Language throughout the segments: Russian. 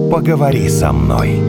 Поговори со мной.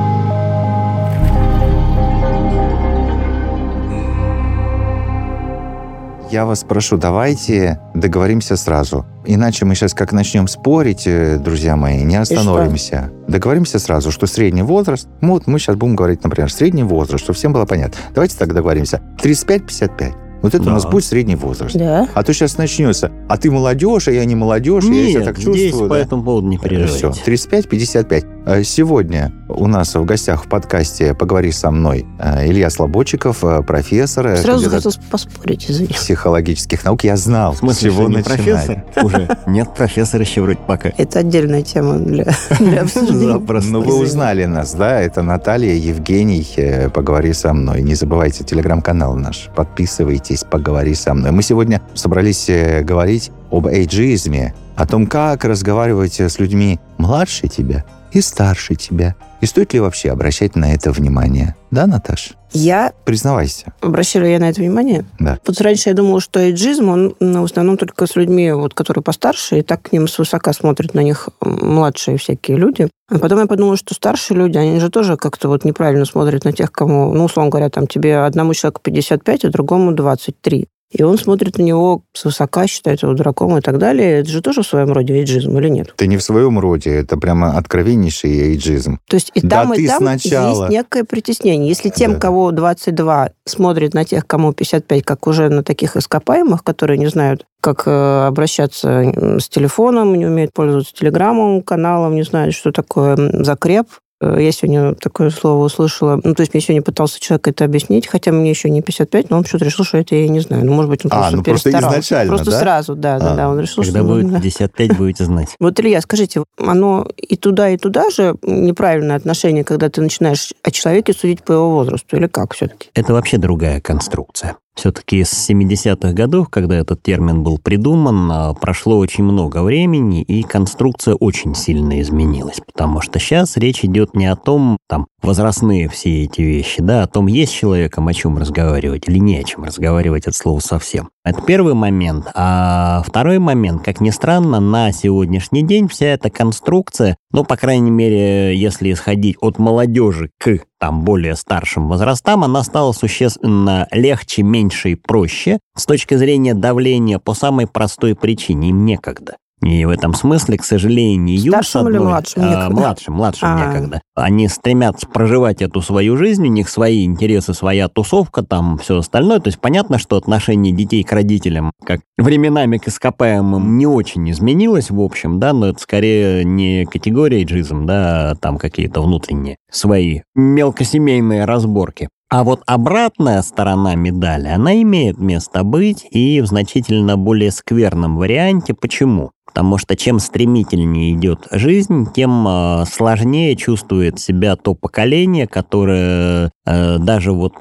Я вас прошу, давайте договоримся сразу. Иначе мы сейчас как начнем спорить, друзья мои, не остановимся. Договоримся сразу, что средний возраст... Вот мы сейчас будем говорить, например, средний возраст, чтобы всем было понятно. Давайте так договоримся. 35-55. Вот это у нас будет средний возраст. Да. А то сейчас начнется. А ты молодежь, а я не молодежь, Нет, я себя так чувствую. здесь по этому поводу не переживайте. Все, 35-55. Сегодня у нас в гостях в подкасте «Поговори со мной» Илья Слободчиков, профессор. Сразу хотел поспорить, извини. Психологических наук. Я знал, В смысле, с чего что не начинать. профессор? Уже нет профессора еще вроде пока. Это отдельная тема для обсуждения. Запросто. Ну, вы узнали нас, да? Это Наталья, Евгений, «Поговори со мной». Не забывайте телеграм-канал наш. Подписывайтесь, «Поговори со мной». Мы сегодня собрались говорить об эйджизме, о том, как разговаривать с людьми младше тебя и старше тебя. И стоит ли вообще обращать на это внимание? Да, Наташ? Я... Признавайся. Обращаю ли я на это внимание? Да. Вот раньше я думала, что эйджизм, он в основном только с людьми, вот, которые постарше, и так к ним свысока смотрят на них младшие всякие люди. А потом я подумала, что старшие люди, они же тоже как-то вот неправильно смотрят на тех, кому, ну, условно говоря, там тебе одному человеку 55, а другому 23. И он смотрит на него свысока, считает его дураком и так далее. Это же тоже в своем роде эйджизм или нет? Это не в своем роде, это прямо откровеннейший эйджизм. То есть и Да, там, ты и там сначала... есть некое притеснение. Если тем, Да. кого 22, смотрит на тех, кому 55, как уже на таких ископаемых, которые не знают, как обращаться с телефоном, не умеют пользоваться телеграммом, каналом, не знают, что такое закреп. Я сегодня такое слово услышала. Ну, то есть мне сегодня пытался человек это объяснить, хотя мне еще не 55, но он почему-то решил, что это я не знаю. Ну, может быть, он просто просто перестарался. изначально, Просто да? сразу, да. Он решил, Когда что... будет да. 55, будете знать. Вот, Илья, скажите, оно и туда же неправильное отношение, когда ты начинаешь о человеке судить по его возрасту, или как все-таки? Это вообще другая конструкция. Все-таки с 70-х годов, когда этот термин был придуман, прошло очень много времени, и конструкция очень сильно изменилась, потому что сейчас речь идет не о том, там, возрастные все эти вещи, да, о том, есть с человеком о чем разговаривать или не о чем разговаривать от слова совсем. Это первый момент. А второй момент, как ни странно, на сегодняшний день вся эта конструкция, ну, по крайней мере, если исходить от молодежи к там более старшим возрастам, она стала существенно легче, меньше и проще с точки зрения давления по самой простой причине. Им некогда. И в этом смысле, к сожалению... Старшим или младшим некогда? Младшим некогда. Они стремятся проживать эту свою жизнь, у них свои интересы, своя тусовка, там все остальное. То есть понятно, что отношение детей к родителям, как временами к ископаемым, не очень изменилось, в общем, да, но это скорее не категория эйджизм, да, а там какие-то внутренние свои мелкосемейные разборки. А вот обратная сторона медали, она имеет место быть и в значительно более скверном варианте. Почему? Потому что чем стремительнее идет жизнь, тем сложнее чувствует себя то поколение, которое даже вот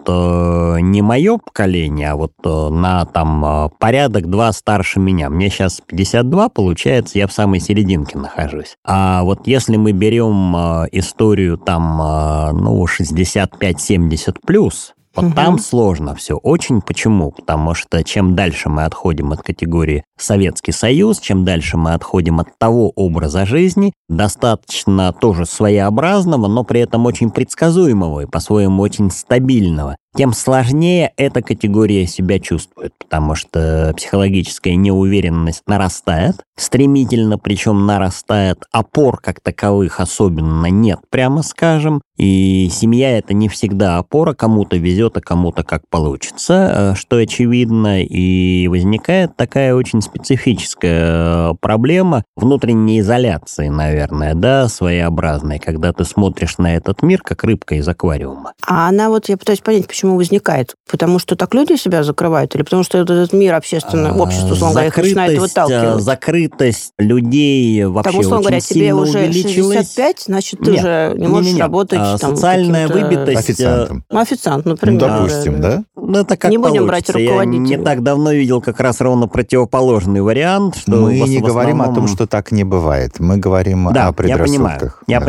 не мое поколение, а вот на там порядок 2 старше меня. Мне сейчас 52, получается, я в самой серединке нахожусь. А вот если мы берем историю там, 65-70 плюс, вот там сложно все очень. Почему? Потому что чем дальше мы отходим от категории Советский Союз, чем дальше мы отходим от того образа жизни, достаточно тоже своеобразного, но при этом очень предсказуемого и по-своему очень стабильного, тем сложнее эта категория себя чувствует, потому что психологическая неуверенность нарастает, стремительно, причем нарастает, опор как таковых особенно нет, прямо скажем, и семья — это не всегда опора, кому-то везет, а кому-то как получится, что очевидно, и возникает такая очень специфическая проблема внутренней изоляции, наверное, да, своеобразной, когда ты смотришь на этот мир, как рыбка из аквариума. А она вот, я пытаюсь понять, почему возникает? Потому что так люди себя закрывают? Или потому что этот мир общественное общество, условно говоря, их начинает выталкивать? Закрытость людей вообще потому, условно говоря, тебе уже увеличилась. 65, значит, ты уже не можешь работать там социальная выбитость... Официантом. Официант, например. Допустим, да? Ну, это как не будем получится. брать руководителей. Я не так давно видел как раз ровно противоположный вариант. Что мы не говорим о том, что так не бывает. Мы говорим о предрассудках. Я понимаю.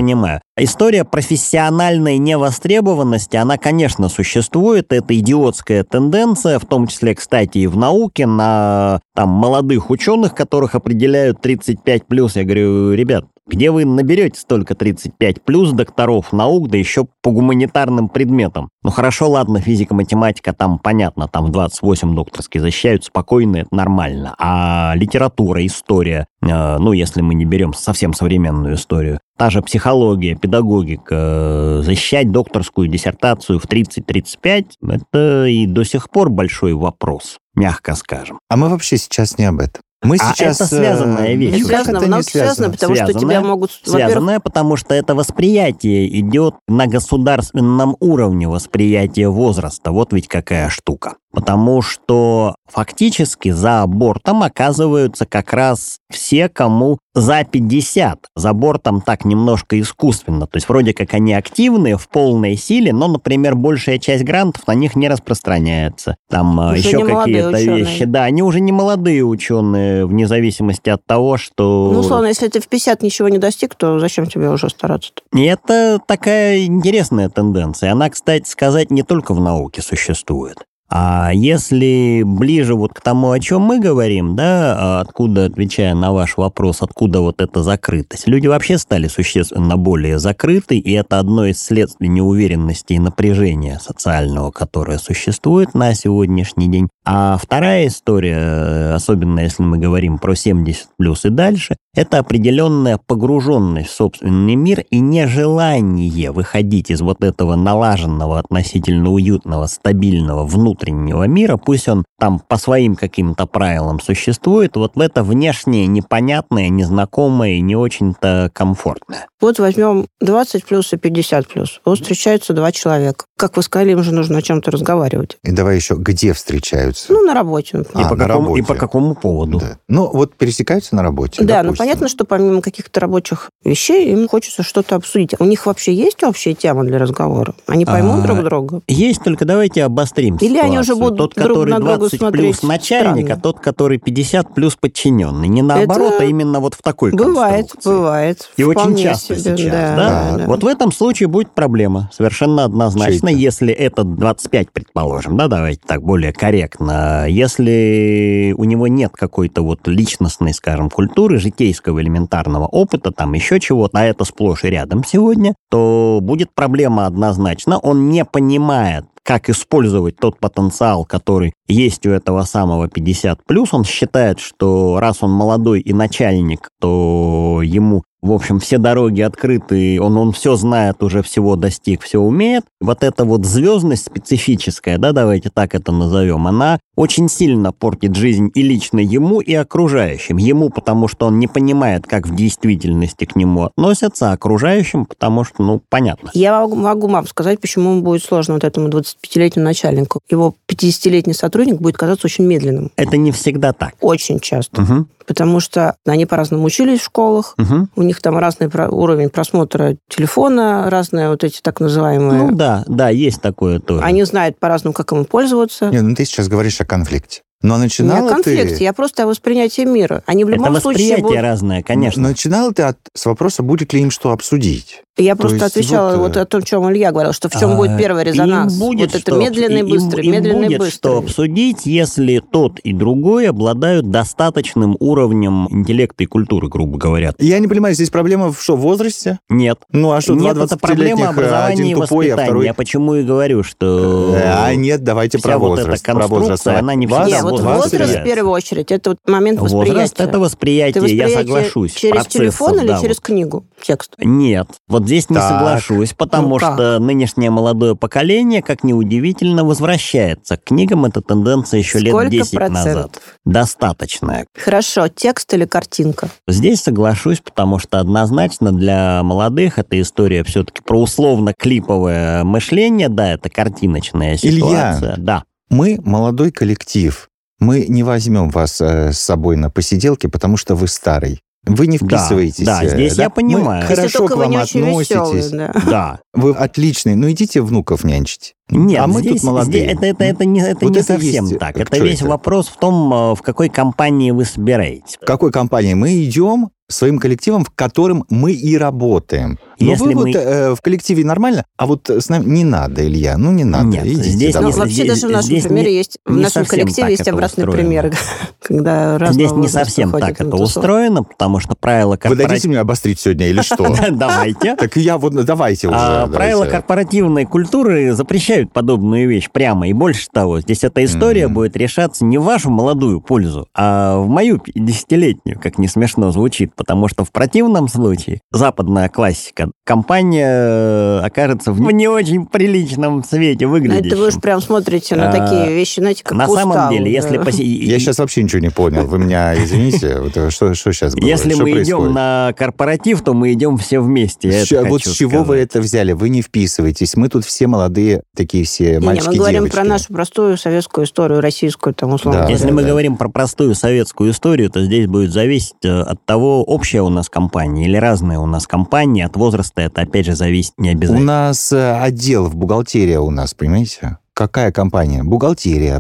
История профессиональной невостребованности, она, конечно, существует. Это идиотская тенденция, в том числе, кстати, и в науке, на там, молодых ученых, которых определяют 35+. Я говорю, ребят, где вы наберете столько 35+ докторов наук, да еще по гуманитарным предметам? Ну хорошо, ладно, физика, математика, там понятно, там в 28 докторских защищают спокойно, это нормально. А литература, история, ну если мы не берем совсем современную историю, та же психология, педагогика, защищать докторскую диссертацию в 30-35, это и до сих пор большой вопрос, мягко скажем. А мы вообще сейчас не об этом. Мы сейчас... это связанная вещь. Не связано, в науке связано, потому что тебя могут... Связанное, потому что это восприятие идет на государственном уровне, восприятие возраста. Вот ведь какая штука. Потому что фактически за бортом оказываются как раз все, кому за 50. За бортом так немножко искусственно. То есть вроде как они активные, в полной силе, но, например, большая часть грантов на них не распространяется. Там уже еще какие-то вещи. Да, они уже не молодые ученые, вне зависимости от того, что... Ну, условно, если ты в 50 ничего не достиг, то зачем тебе уже стараться-то? И это такая интересная тенденция. Она, кстати сказать, не только в науке существует. А если ближе вот к тому, о чем мы говорим, да, откуда, отвечая на ваш вопрос, откуда вот эта закрытость, люди вообще стали существенно более закрыты, и это одно из следствий неуверенности и напряжения социального, которое существует на сегодняшний день. А вторая история, особенно если мы говорим про 70+ и дальше, это определенная погруженность в собственный мир и нежелание выходить из вот этого налаженного, относительно уютного, стабильного внутреннего мира, пусть он там по своим каким-то правилам существует, вот в это внешнее, непонятное, незнакомое и не очень-то комфортное. Вот возьмем 20+ и 50+. Вот встречаются два человека. Как вы сказали, им же нужно о чем-то разговаривать. И давай еще, где встречаются? Ну, на работе. И по какому поводу? Да. Ну, вот пересекаются на работе, Да, допустим. ну понятно, что помимо каких-то рабочих вещей им хочется что-то обсудить. У них вообще есть общая тема для разговора? Они поймут друг друга? Есть, только давайте обострим Или ситуацию. они уже будут тот, друг который на друга 20+ смотреть начальник, странно. а тот, который 50+ подчиненный. Не наоборот, а именно вот в такой конструкции. Бывает. И очень Вполне часто себе, сейчас, да? Вот в этом случае будет проблема. Совершенно однозначно, если это 25, предположим, да, давайте так, более корректно. Если у него нет какой-то вот личностной, скажем, культуры, житейского элементарного опыта, там еще чего-то, а это сплошь и рядом сегодня, то будет проблема однозначно. Он не понимает, как использовать тот потенциал, который есть у этого самого 50+. Он считает, что раз он молодой и начальник, то ему, в общем, все дороги открыты, он все знает, уже всего достиг, все умеет. Вот эта вот звездность специфическая, да, давайте так это назовем, она очень сильно портит жизнь и лично ему, и окружающим. Ему, потому что он не понимает, как в действительности к нему относятся, а окружающим, потому что, ну, понятно. Я могу вам сказать, почему ему будет сложно вот этому 25-летнему начальнику. Его 50-летний сотрудник будет казаться очень медленным. Это не всегда так. Очень часто. Угу. Потому что они по-разному учились в школах, у них там разный уровень просмотра телефона, разные вот эти так называемые... Ну да, есть такое тоже. Они знают по-разному, как им пользоваться. Не, ну ты сейчас говоришь о конфликте. Но начинала не о конфликте, ты... я просто о воспринятии мира. Они в любом это случае восприятие будут... разное, конечно. Начинала ты с вопроса, будет ли им что обсудить. Я просто отвечала вот о том, чем Илья говорил, что в чем будет первый резонанс. Будет вот это медленный, быстрый, медленный, будет быстрый. Что обсудить, если тот и другой обладают достаточным уровнем интеллекта и культуры, грубо говоря. Я не понимаю, здесь проблема в возрасте? Нет. Ну, а что, нет, это проблема образования и тупой, воспитания. а второй... Я почему и говорю, что... нет, давайте вся про вот возраст. эта конструкция, она не всегда Нет, вот возраст в первую очередь, это вот момент восприятия. Возраст — это восприятие, я соглашусь. Через телефон или через книгу, текст? Нет, вот здесь не соглашусь, потому что нынешнее молодое поколение, как ни удивительно, возвращается к книгам. Это тенденция еще лет 10 назад. Достаточная. Хорошо, текст или картинка? Здесь соглашусь, потому что однозначно для молодых эта история все-таки про условно-клиповое мышление, да, это картиночная ситуация. Илья, да. Мы молодой коллектив. Мы не возьмем вас с собой на посиделки, потому что вы старый. Вы не вписываетесь. Да, здесь я понимаю. Мы хорошо к вам относитесь. Веселый, да. Вы отличный. Ну, идите внуков нянчить. Нет, а мы здесь, тут молодые. Это не совсем есть. так. Это Что весь это? вопрос в том, в какой компании вы собираетесь. В какой компании мы идем своим коллективом, в котором мы и работаем. Но Если вы мы- вот в коллективе нормально, а вот с нами не надо, Илья, ну не надо. Нет, идите здесь домой. Ну, вообще здесь- даже в нашем здесь примере не- есть, в не нашем совсем коллективе так есть это обратный устроено. пример, когда разного Здесь не возраста совсем ходят так на это тусовки. устроено, потому что правила Вы дадите корпоративной... мне обострить сегодня или что? Давайте. Так я вот, давайте уже. Правила корпоративной культуры запрещают подобную вещь прямо. И больше того, здесь эта история будет решаться не в вашу молодую пользу, а в мою десятилетнюю, как не смешно звучит. Потому что в противном случае западная классика, компания окажется в не очень приличном свете Ну, выглядящем. это вы уж прям смотрите на такие вещи, знаете, как На самом уставы, деле, если... да. Я сейчас вообще ничего не понял. Вы меня извините. Вот что сейчас было? Если Что мы идем происходит? на корпоратив, то мы идем все вместе. Я это Вот с хочу чего вы сказать. это взяли? Вы не вписываетесь. Мы тут все молодые, такие все Не, мальчики, мы говорим девочки. про нашу простую советскую историю, российскую, там, условно Да. говоря. Если мы говорим про простую советскую историю, то здесь будет зависеть от того, общая у нас компания или разная у нас компания. От возраста это, опять же, зависит не У обязательно. нас отдел в бухгалтерия у нас, понимаете? Какая компания? Бухгалтерия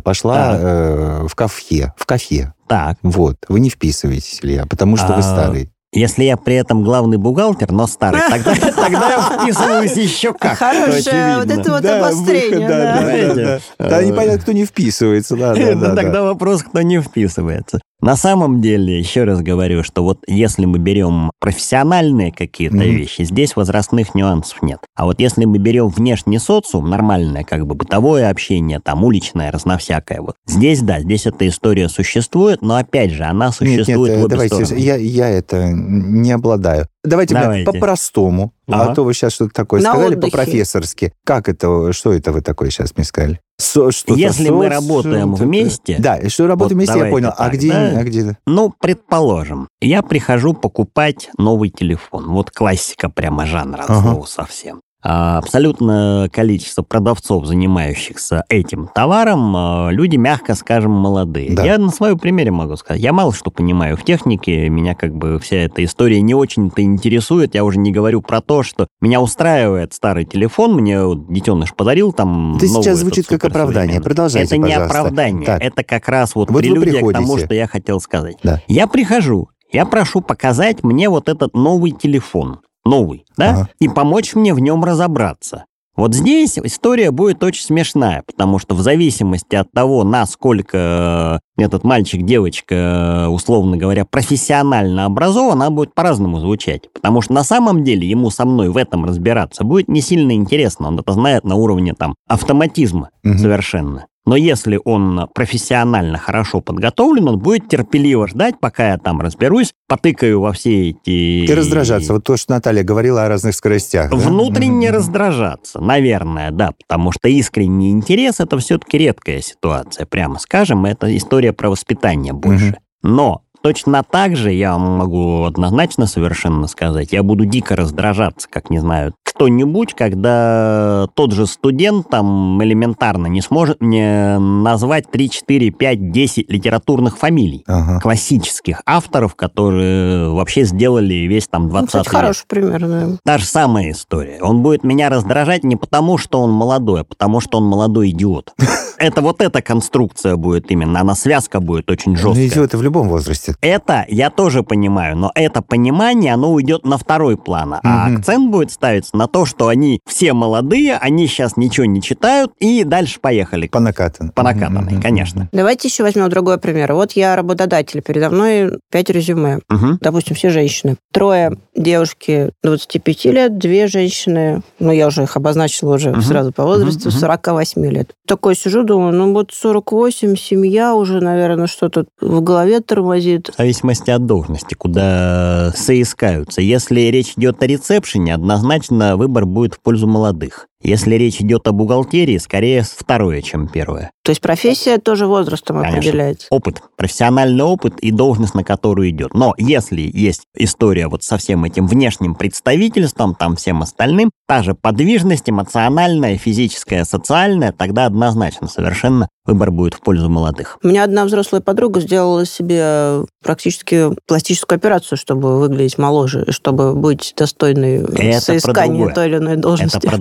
пошла в кафе. Так, Вот. Вы не вписываетесь, Илья, потому что вы старый. если я при этом главный бухгалтер, но старый, тогда я вписываюсь еще как. Хорошее, вот это вот обострение. да. Понимаете? Да, непонятно, кто не вписывается. Да. Тогда вопрос, кто не вписывается. На самом деле, еще раз говорю, что вот если мы берем профессиональные какие-то вещи, здесь возрастных нюансов нет. А вот если мы берем внешний социум, нормальное как бы бытовое общение, там уличное, разновсякое, вот здесь, да, здесь эта история существует, но опять же, она существует в обе давайте, стороны. я это не обладаю. Давайте. По-простому. Ага. А то вы сейчас что-то такое На сказали отдыхе. по-профессорски. Как это, что это вы такое сейчас мне сказали? Если мы работаем вместе... Да, и что работаем вот вместе, я давайте понял. так, да? А где? Ну, предположим, я прихожу покупать новый телефон. Вот классика прямо жанра, от слова совсем. Абсолютно количество продавцов, занимающихся этим товаром, люди, мягко скажем, молодые. Да. Я на своем примере могу сказать. Я мало что понимаю в технике, меня как бы вся эта история не очень-то интересует. Я уже не говорю про то, что меня устраивает старый телефон, мне вот детеныш подарил там Это новый сейчас этот звучит как оправдание. суперсовременный. Продолжайте, Это не пожалуйста. оправдание, Так. это как раз вот Вот вы прелюдия к тому, приходите. что я хотел сказать. Да. Я прихожу, я прошу показать мне вот этот новый телефон. Новый, да? Ага. И помочь мне в нем разобраться. Вот здесь история будет очень смешная, потому что в зависимости от того, насколько этот мальчик, девочка, условно говоря, профессионально образован, она будет по-разному звучать. Потому что на самом деле ему со мной в этом разбираться будет не сильно интересно. Он это знает на уровне там автоматизма совершенно. Но если он профессионально хорошо подготовлен, он будет терпеливо ждать, пока я там разберусь, потыкаю во все эти... И раздражаться. Вот то, что Наталья говорила о разных скоростях. Да? Внутренне раздражаться, наверное, да, потому что искренний интерес – это все-таки редкая ситуация, прямо скажем, это история про воспитание больше. Но точно так же я могу однозначно совершенно сказать, я буду дико раздражаться, как, не знаю, кто-нибудь, когда тот же студент там элементарно не сможет мне назвать 3, 4, 5, 10 литературных фамилий. Ага. Классических авторов, которые вообще сделали весь там 20 Кстати, век. хороший пример, да. Та же самая история. Он будет меня раздражать не потому, что он молодой, а потому, что он молодой идиот. Это вот эта конструкция будет именно, она связка будет очень Ну, жесткая. идиоты в любом возрасте. Это я тоже понимаю, но это понимание, оно уйдет на второй план. А акцент будет ставиться на то, что они все молодые, они сейчас ничего не читают, и дальше поехали. По накатанной. По накатанной, конечно. Давайте еще возьмем другой пример. Вот я работодатель, передо мной 5 резюме. Мгм. Допустим, все женщины. 3 девушки 25 лет, 2 женщины, ну, я уже их обозначила уже сразу по возрасту, 48 лет. Такой сижу, думаю, ну, вот 48, семья уже, наверное, что-то в голове тормозит. В зависимости от должности, куда соискаются. Если речь идет о ресепшене, однозначно выбор будет в пользу молодых. Если речь идет о бухгалтерии, скорее второе, чем первое. То есть профессия тоже возрастом Конечно. определяется. Опыт, профессиональный опыт и должность, на которую идет. Но если есть история вот со всем этим внешним представительством, там всем остальным, та же подвижность эмоциональная, физическая, социальная, тогда однозначно совершенно выбор будет в пользу молодых. У меня одна взрослая подруга сделала себе практически пластическую операцию, чтобы выглядеть моложе, и чтобы быть достойной Это про соискания другое. той или иной должности. Это про другое.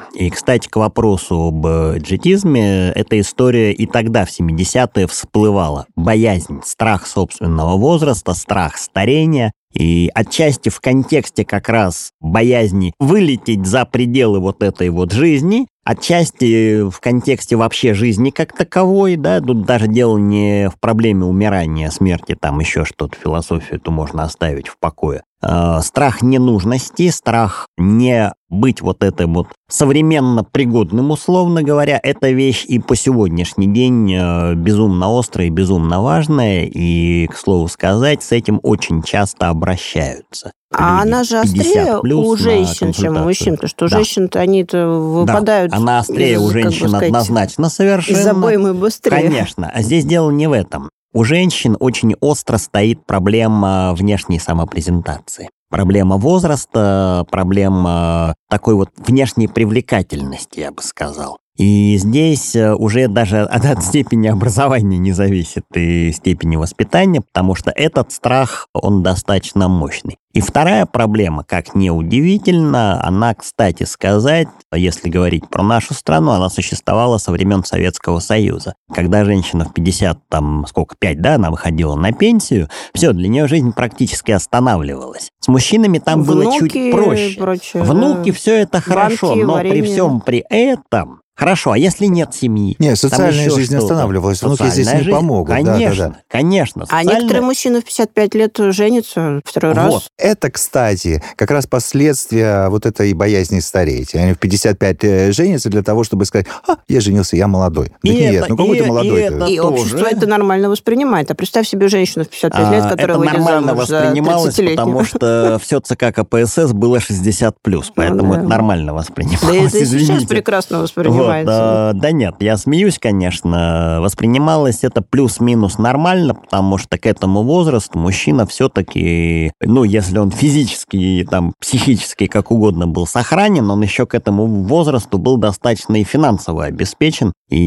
И, кстати, к вопросу об джетизме, эта история и тогда, в 70-е, всплывала. Боязнь, страх собственного возраста, страх старения. И отчасти в контексте как раз боязни вылететь за пределы вот этой вот жизни, отчасти в контексте вообще жизни как таковой, да, тут даже дело не в проблеме умирания, смерти, там еще что-то, философию эту можно оставить в покое. Страх ненужности, страх не быть вот этим вот современно пригодным, условно говоря, эта вещь и по сегодняшний день безумно острая и безумно важная, и, к слову сказать, с этим очень часто обращаются. А она же острее у женщин, чем у мужчин, потому что у женщин-то они-то выпадают... Да, она острее у женщин однозначно совершенно. Из обоймы быстрее. Конечно, а здесь дело не в этом. У женщин очень остро стоит проблема внешней самопрезентации. Проблема возраста, проблема такой вот внешней привлекательности, я бы сказал. И здесь уже даже от степени образования не зависит и степени воспитания, потому что этот страх, он достаточно мощный. И вторая проблема, как ни удивительно, она, кстати сказать, если говорить про нашу страну, она существовала со времен Советского Союза. Когда женщина в 50, там, сколько, 5, да, она выходила на пенсию, все, для нее жизнь практически останавливалась. С мужчинами там Внуки, было чуть проще. Прочее, Внуки, все это хорошо, банки, но варенье. при всем при этом... Хорошо, а если нет семьи? Нет, социальная там жизнь что-то. останавливалась, внуки здесь Социальная не жизнь? помогут. Конечно, Да. конечно. А некоторые мужчины в 55 лет женятся второй раз. Это, кстати, как раз последствия вот этой боязни стареть. Они в 55 женятся для того, чтобы сказать, я женился, я молодой. Да нет, какой ты молодой-то? И общество это нормально воспринимает. А представь себе женщину в 55 лет, которая выйдет замуж за 30-летнего. Это нормально воспринималось, потому что все ЦК КПСС было 60+, поэтому это нормально воспринималось. Да это и сейчас прекрасно воспринимается. Да нет, я смеюсь, конечно. Воспринималось это плюс-минус нормально, потому что к этому возрасту мужчина все-таки, если он физически, там, психически, как угодно был сохранен, он еще к этому возрасту был достаточно и финансово обеспечен,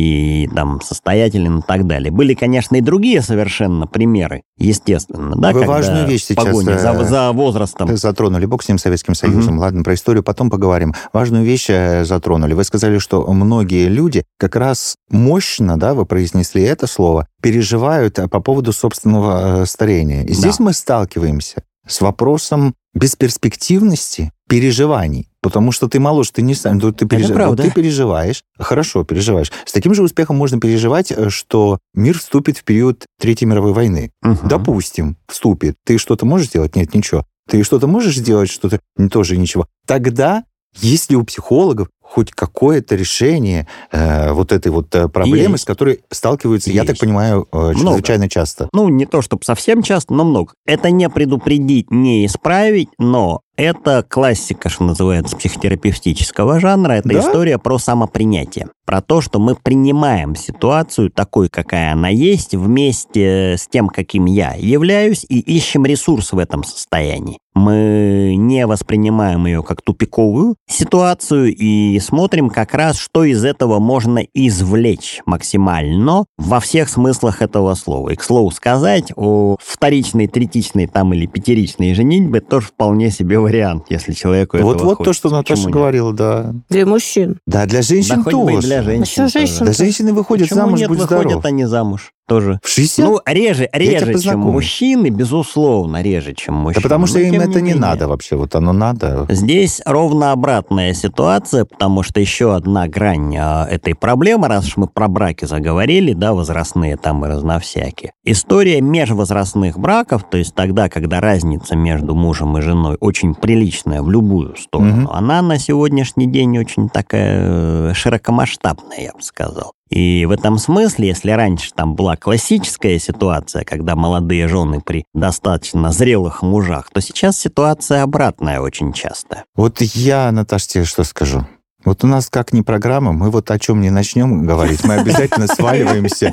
и там состоятелен и так далее. Были, конечно, и другие совершенно примеры, естественно, да, Вы когда важную вещь сейчас погоня за возрастом. Затронули. Бог с ним, Советским Союзом. Ладно, про историю потом поговорим. Важную вещь затронули. Вы сказали, что многие люди как раз мощно, да, вы произнесли это слово, переживают по поводу собственного старения. И здесь мы сталкиваемся с вопросом бесперспективности переживаний. Потому что ты моложе, ты не сам, ты переживаешь, хорошо переживаешь. С таким же успехом можно переживать, что мир вступит в период Третьей мировой войны. Допустим, вступит. Ты что-то можешь сделать? Нет, ничего. Ты что-то можешь сделать? Что-то тоже ничего. Тогда, если у психологов хоть какое-то решение вот этой вот проблемы, с которой сталкиваются, я так понимаю, чрезвычайно часто. Не то чтобы совсем часто, но много. Это не предупредить, не исправить, но это классика, что называется, психотерапевтического жанра. Это история про самопринятие. Про то, что мы принимаем ситуацию такой, какая она есть, вместе с тем, каким я являюсь, и ищем ресурс в этом состоянии. Мы не воспринимаем ее как тупиковую ситуацию и смотрим как раз, что из этого можно извлечь максимально во всех смыслах этого слова. И, к слову сказать, о вторичной, третичной там или пятеричной женитьбе тоже вполне себе вариант, если человеку этого хочется. Вот то, что Наташа говорила, да. Для мужчин. Да, для женщин тоже. Для женщин. Да, женщины выходят замуж, будь здоров. Выходят они замуж тоже. В 60? Реже, чем мужчины, безусловно, реже, чем мужчины. Да потому что им это не надо вообще, вот оно надо. Здесь ровно обратная ситуация, потому что еще одна грань этой проблемы, раз уж мы про браки заговорили, да, возрастные там и разновсякие. История межвозрастных браков, то есть тогда, когда разница между мужем и женой очень приличная в любую сторону, она на сегодняшний день очень такая широкомасштабная, я бы сказал. И в этом смысле, если раньше там была классическая ситуация, когда молодые жены при достаточно зрелых мужах, то сейчас ситуация обратная очень часто. Вот я, Наташа, тебе что скажу? Вот у нас как ни программа, мы вот о чем не начнем говорить, мы обязательно сваливаемся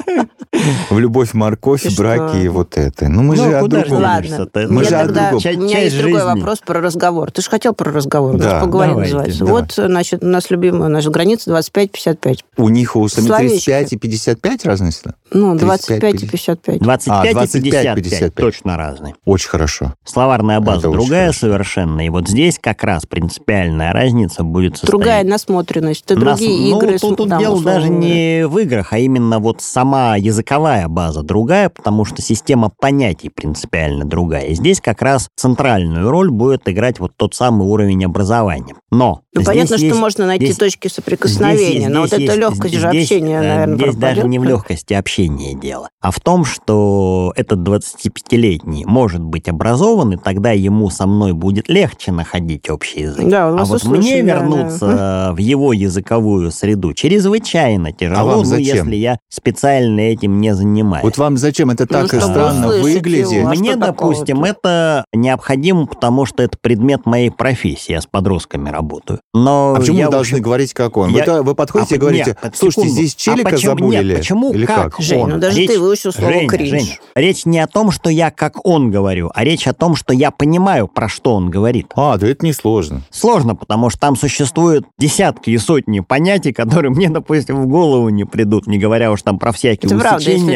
в любовь, морковь, браки и вот это. Мы же о другом. Ладно, мы же о другом. У меня есть другой вопрос про разговор. Ты же хотел про разговор, да, поговорим, называется. Давай. Вот, значит, у нас любимая наша граница 25-55. У них у самих 35 и 55 разница? 25 и 55. 25 и 55 точно разные. Очень хорошо. Словарная база другая совершенно. И вот здесь как раз принципиальная разница будет состоять. Другая насмотренность, ты другие игры Тут там, дело даже говоря. не в играх, а именно вот сама языковая база другая, потому что система понятий принципиально другая. И здесь как раз центральную роль будет играть вот тот самый уровень образования. Но понятно, что можно найти точки соприкосновения, но вот эта легкость же общения, наверное, здесь даже не в легкости общения дело, а в том, что этот 25-летний может быть образован, и тогда ему со мной будет легче находить общий язык. Да, а вот мне вернуться в его языковую среду чрезвычайно тяжело, если я специально этим не занимаюсь. Вот вам зачем? Это так странно выглядит. Мне, допустим, это необходимо, потому что это предмет моей профессии. Я с подростками работаю. Но почему вы должны говорить, как он? Вы подходите и говорите, слушайте, здесь челика забулили? Почему или как он? Жень, даже ты выучил слово кринж. Женя, речь не о том, что я как он говорю, а речь о том, что я понимаю, про что он говорит. Да это не сложно. Сложно, потому что там существуют десятки и сотни понятий, которые мне, допустим, в голову не придут, не говоря уж там про всякие усечения,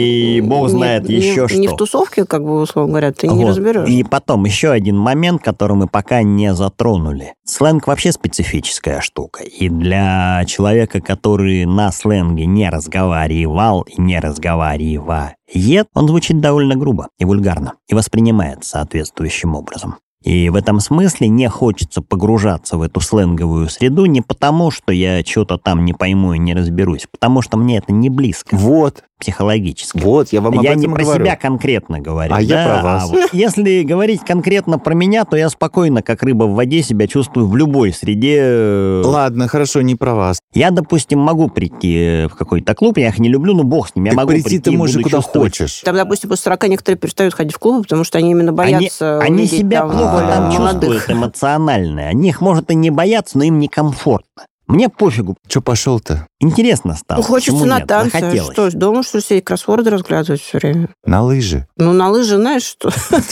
и бог знает еще что. Не в тусовке, как бы, условно говоря, ты не разберешь. И потом еще один момент, который мы пока не затронули. Сленг вообще специфическая штука. И для человека, который на сленге не разговаривал и не разговаривает, он звучит довольно грубо и вульгарно, и воспринимается соответствующим образом. И в этом смысле не хочется погружаться в эту сленговую среду не потому, что я что-то там не пойму и не разберусь, потому что мне это не близко. Вот. Психологически. Вот, я вам об этом не про говорю. себя конкретно говорю. А я про вас. Вот если говорить конкретно про меня, то я спокойно, как рыба в воде, себя чувствую в любой среде. Ладно, хорошо, не про вас. Я, допустим, могу прийти в какой-то клуб, я их не люблю, но бог с ним. Я могу прийти ты можешь куда хочешь. Там, допустим, после 40 некоторые перестают ходить в клубы, потому что они именно боятся Они себя плохо там молодых. чувствуют эмоционально. Они их, может, и не боятся, но им некомфортно. Мне пофигу. Че пошел-то? Интересно стало. Хочется на танцы. Захотелось. Что, дома, что ли, сидеть, кроссворды разглядывать все время? На лыжи. На лыжи, знаешь, что?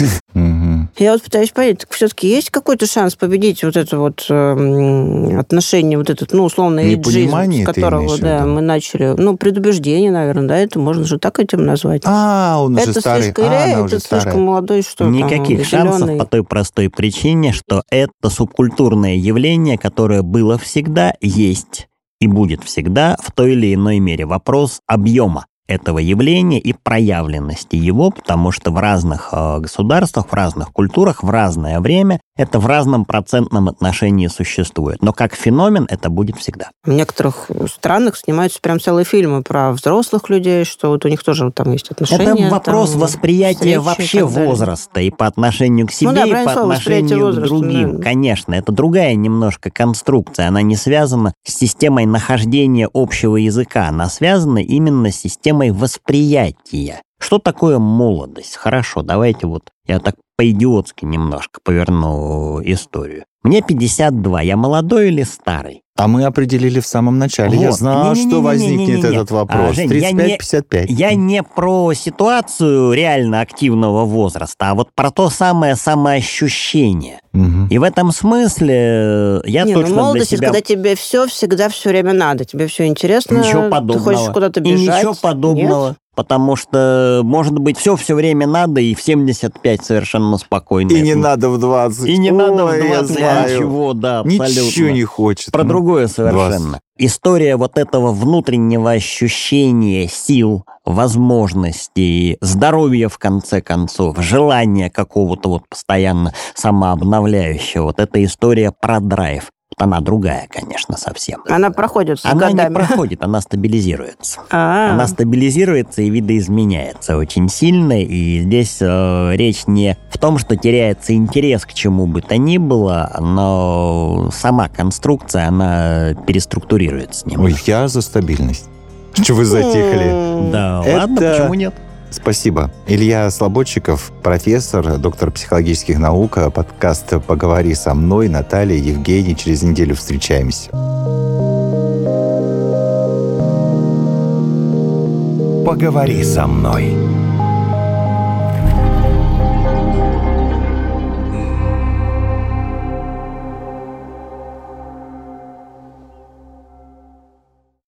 Я вот пытаюсь понять, так все-таки есть какой-то шанс победить вот это вот отношение, вот этот, условно, эйджизм, с которого мы начали. Предубеждение, наверное, да, это можно же так этим назвать. Он уже старый. Это слишком молодой, что никаких шансов по той простой причине, что это субкультурное явление, которое было всегда, есть и будет всегда в той или иной мере. Вопрос объема этого явления и проявленности его, потому что в разных государствах, в разных культурах, в разное время это в разном процентном отношении существует. Но как феномен это будет всегда. В некоторых странах снимаются прям целые фильмы про взрослых людей, что вот у них тоже там есть отношения. Это вопрос восприятия вообще возраста и по отношению к себе, и по отношению к другим. Да. Конечно, это другая немножко конструкция. Она не связана с системой нахождения общего языка. Она связана именно с системой восприятия. Что такое молодость? Хорошо, давайте я так по-идиотски немножко поверну историю. Мне 52, я молодой или старый? А мы определили в самом начале. Я знал, что возникнет этот вопрос. 35-55. Я не про ситуацию реально активного возраста, а вот про то самое самоощущение. И в этом смысле я точно молодость, для себя... когда тебе все всегда все время надо, тебе все интересно, ничего подобного. Ты хочешь куда-то бежать. И ничего подобного. Нет? Потому что, может быть, все время надо, и в 75 совершенно спокойно. И не надо в 20. И не надо в 20 ничего, да, абсолютно. Ничего не хочется. Про другое совершенно. 20. История вот этого внутреннего ощущения сил, возможностей, здоровья, в конце концов, желания какого-то постоянно самообновляющего. Это история про драйв. Она другая, конечно, совсем. Она проходит с годами. Она не проходит, она стабилизируется. Она стабилизируется и видоизменяется очень сильно. И здесь речь не в том, что теряется интерес к чему бы то ни было, но сама конструкция, она переструктурируется немного. Ой, я за стабильность. Что вы затихли? Да, ладно, почему нет? Спасибо. Илья Слободчиков, профессор, доктор психологических наук, подкаст «Поговори со мной», Наталья, Евгений. Через неделю встречаемся. «Поговори со мной».